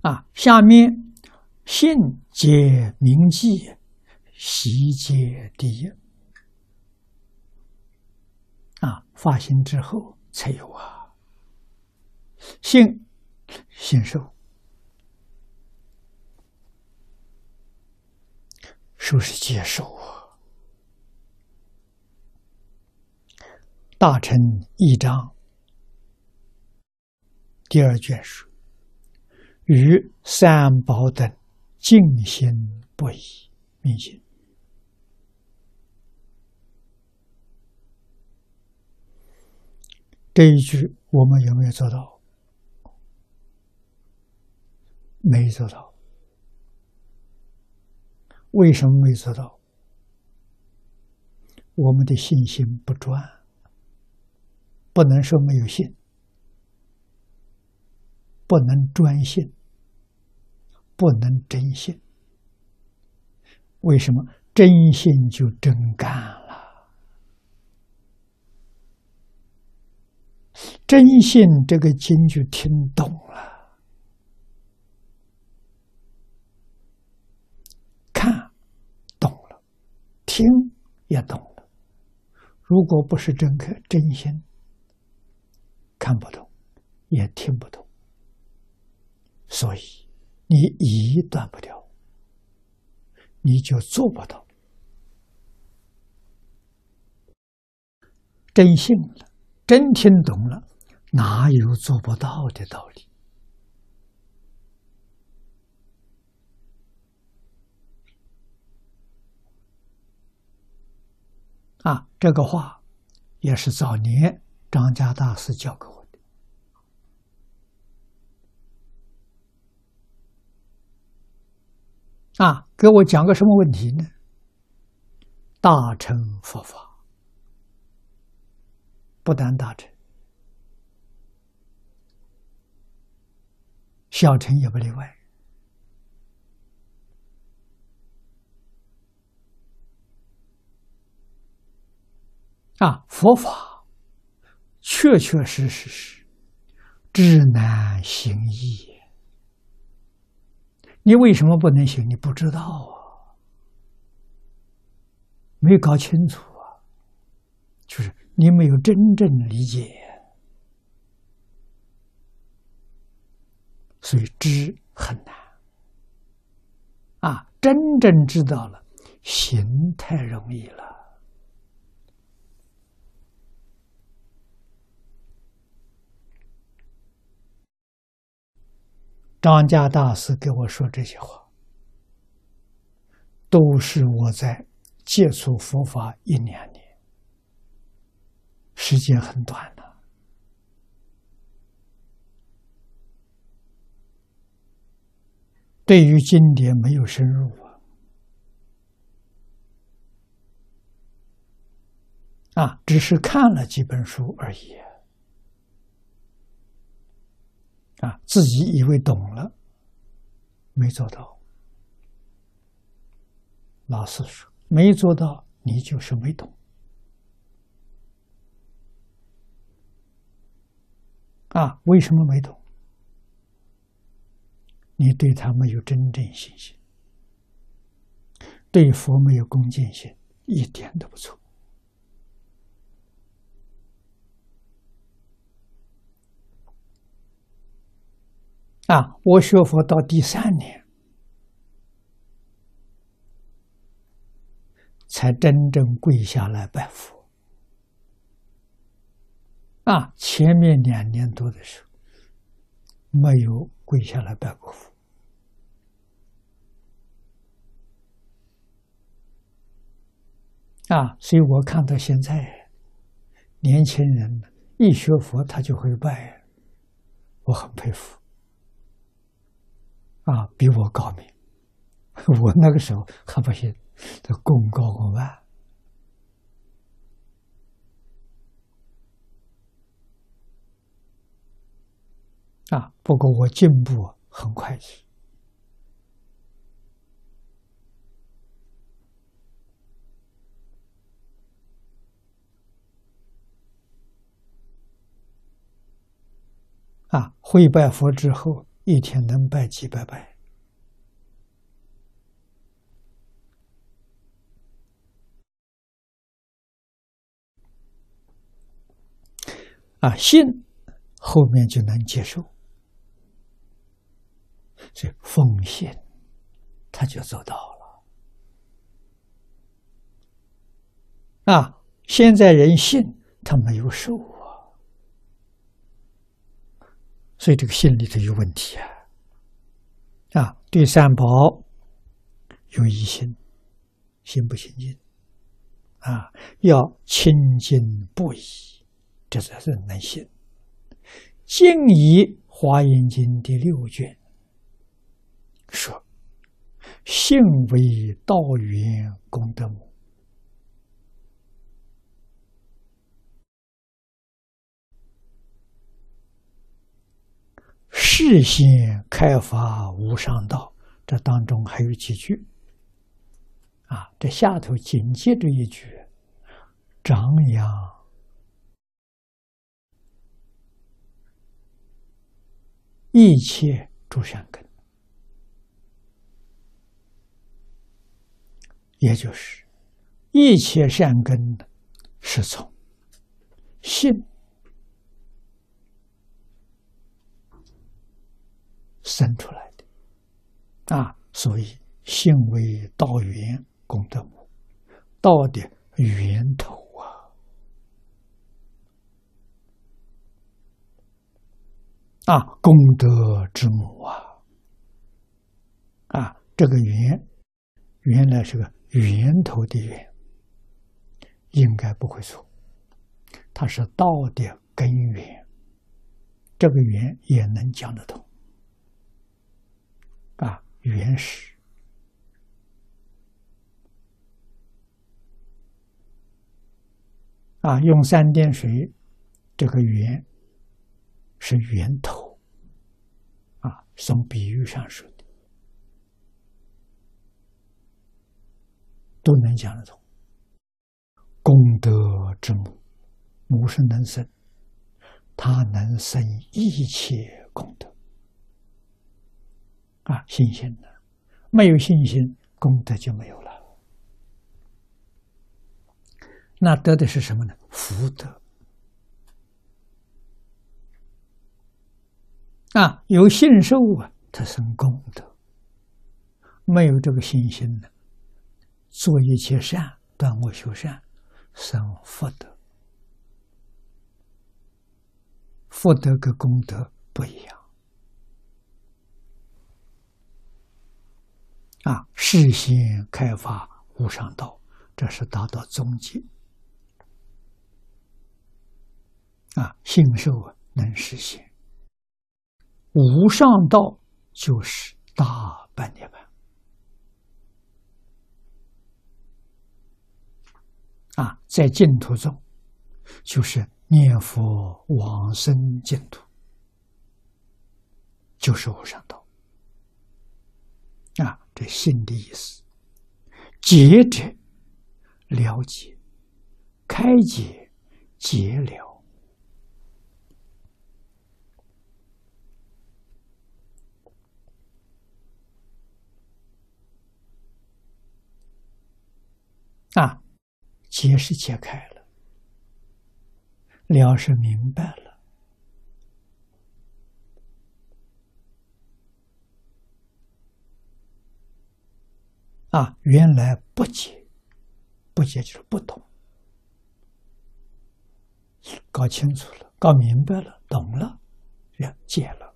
下面信皆铭记，习皆第一。发心之后才有信受，受是接受大乘义章第2卷说：“与三宝等尽心不移，明心。”这一句我们有没有做到？没做到。为什么没做到？我们的信心不专，不能说没有信，不能专信，不能真信。为什么？真信就真干了。真信这个经就听懂了，看懂了，听也懂了。如果不是真心，看不懂，也听不懂。所以你疑断不掉，你就做不到。真信了，真听懂了，哪有做不到的道理？这个话也是早年张家大师教给我的。给我讲个什么问题呢？大乘佛法，不但大乘，小乘也不例外。佛法确确实实是知难行易。你为什么不能行？你不知道没搞清楚就是你没有真正理解，所以知很难。真正知道了，行太容易了。张家大师给我说这些话，都是我在接触佛法1-2年，时间很短的。对于经典没有深入只是看了几本书而已。自己以为懂了，没做到。老师说，没做到，你就是没懂。为什么没懂？你对他没有真正信心，对佛没有恭敬心，一点都不错。我学佛到第3年，才真正跪下来拜佛。前面2年多的时候，没有跪下来拜过佛。所以我看到现在年轻人一学佛他就会拜，我很佩服。比我高明。我那个时候还不行，这功高我慢。不过我进步很快去。会拜佛之后， 一天能拜几百拜。信后面就能接受，所以奉献他就做到了。现在人信他没有受所以这个信里头有问题对三宝有疑心，心不清净要清净不疑，这才是能信。敬以《华严经》第6卷说：“信为道源功德母。”示现开发无上道，这当中还有几句这下头紧接着一句：“长养一切诸善根”，也就是一切善根是从信生出来的所以信为道源功德母，道的源头功德之母这个源原来是个源头的源，应该不会错，它是道的根源，这个源也能讲得通原始用三点水，这个源是源头从比喻上说的，都能讲得通。功德之母，母是能生，它能生一切功德信心的，没有信心，功德就没有了。那得的是什么呢？福德有信受它生功德，没有这个信心呢，做一切善，断恶修善，生福德。福德跟功德不一样示现开发无上道，这是达到终极信受能实现。无上道就是大般涅槃在净土中就是念佛往生净土，就是无上道这信的意思。解者了解，开解解了解是解开了，了是明白了原来不解，不解就是不懂，搞清楚了，搞明白了，懂了，解了。